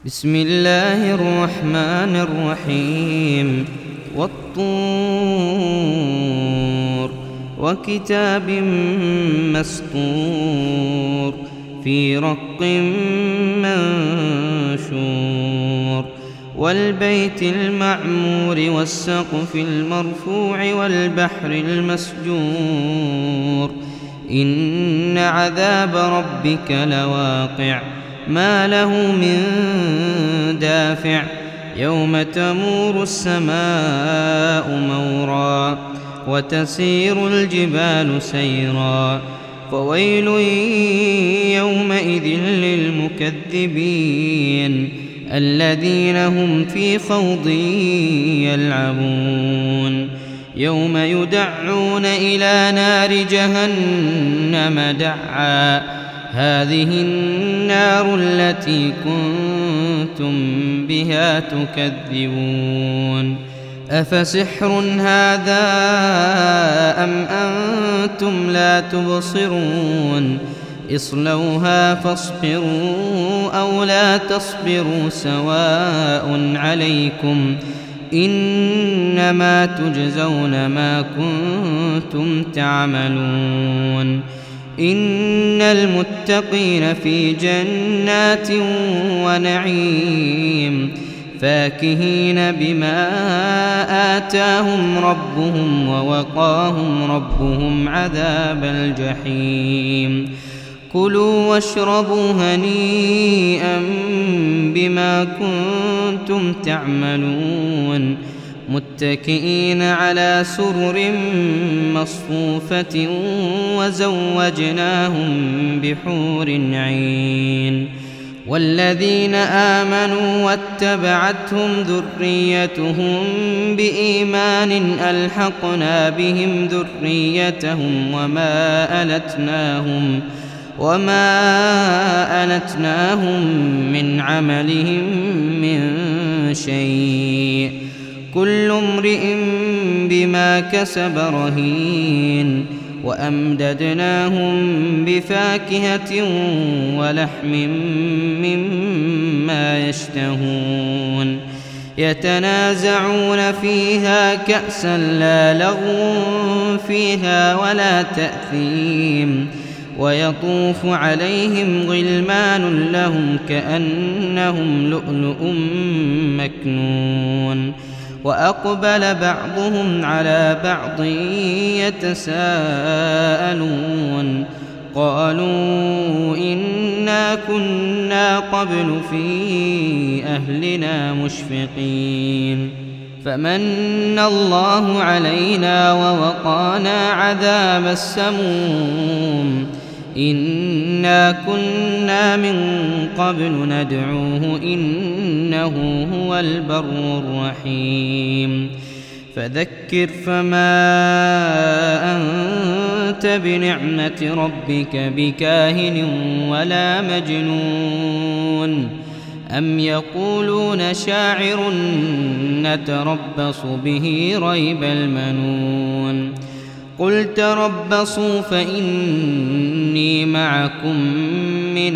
بسم الله الرحمن الرحيم والطور وكتاب مسطور في رق منشور والبيت المعمور والسقف المرفوع والبحر المسجور إن عذاب ربك لواقع ما له من دافع يوم تمور السماء مورا وتسير الجبال سيرا فويل يومئذ للمكذبين الذين هم في خوض يلعبون يوم يدعون إلى نار جهنم دعا هذه النار التي كنتم بها تكذبون أفسحر هذا أم أنتم لا تبصرون اصلوها فاصبروا أو لا تصبروا سواء عليكم إنما تجزون ما كنتم تعملون إن المتقين في جنات ونعيم فاكهين بما آتاهم ربهم ووقاهم ربهم عذاب الجحيم كلوا واشربوا هنيئا بما كنتم تعملون متكئين على سرر مصفوفة وزوجناهم بحور عين والذين آمنوا واتبعتهم ذريتهم بإيمان ألحقنا بهم ذريتهم وما ألتناهم من عملهم من شيء كل امرئ بما كسب رهين وأمددناهم بفاكهة ولحم مما يشتهون يتنازعون فيها كأسا لا لغو فيها ولا تأثيم ويطوف عليهم غلمان لهم كأنهم لؤلؤ مكنون وأقبل بعضهم على بعض يتساءلون قالوا إنا كنا قبل في أهلنا مشفقين فمن الله علينا ووقانا عذاب السموم إنا كنا من قبل ندعوه إنه هو البر الرحيم فذكر فما أنت بنعمة ربك بكاهن ولا مجنون أم يقولون شاعر نتربص به ريب المنون قل تربصوا فإني معكم من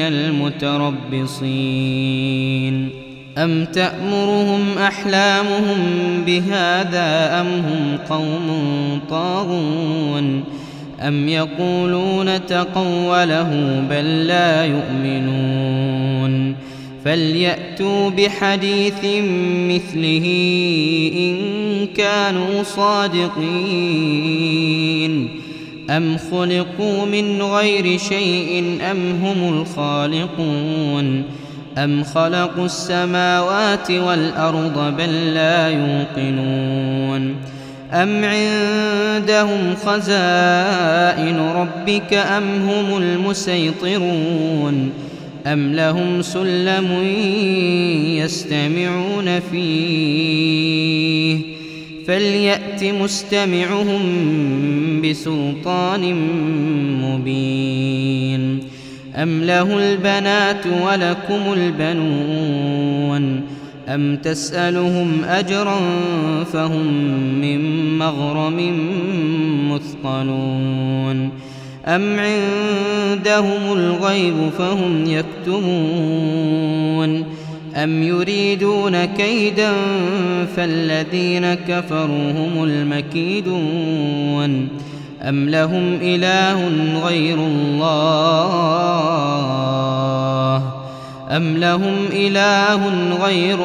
المتربصين أم تأمرهم أحلامهم بهذا أم هم قوم طاغون أم يقولون تقوله بل لا يؤمنون فليأتوا بحديث مثله إن كانوا صادقين أم خلقوا من غير شيء أم هم الخالقون أم خلقوا السماوات والأرض بل لا يوقنون أم عندهم خزائن ربك أم هم المسيطرون أم لهم سلم يستمعون فيه فليأت مستمعهم بسلطان مبين أم له البنات ولكم البنون أم تسألهم أجرا فهم من مغرم مثقلون أم عندهم الغيب فهم يكتبون أم يريدون كيدا فالذين كفروا هم المكيدون أم لهم إله غير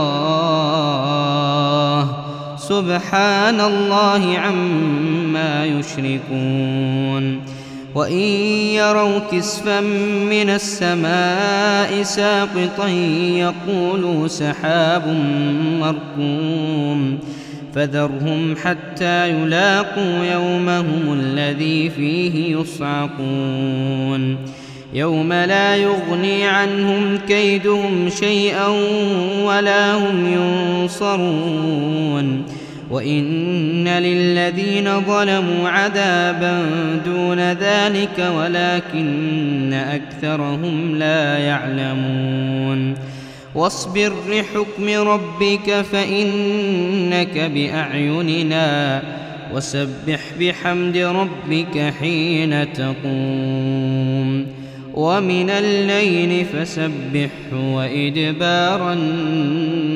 الله سبحان الله عما يشركون وإن يروا كسفا من السماء ساقطا يقولوا سحاب مركوم فذرهم حتى يلاقوا يومهم الذي فيه يصعقون يوم لا يغني عنهم كيدهم شيئا ولا هم ينصرون وإن للذين ظلموا عذابا دون ذلك ولكن أكثرهم لا يعلمون واصبر لحكم ربك فإنك بأعيننا وسبح بحمد ربك حين تقوم ومن الليل فسبحه وإدبار النجوم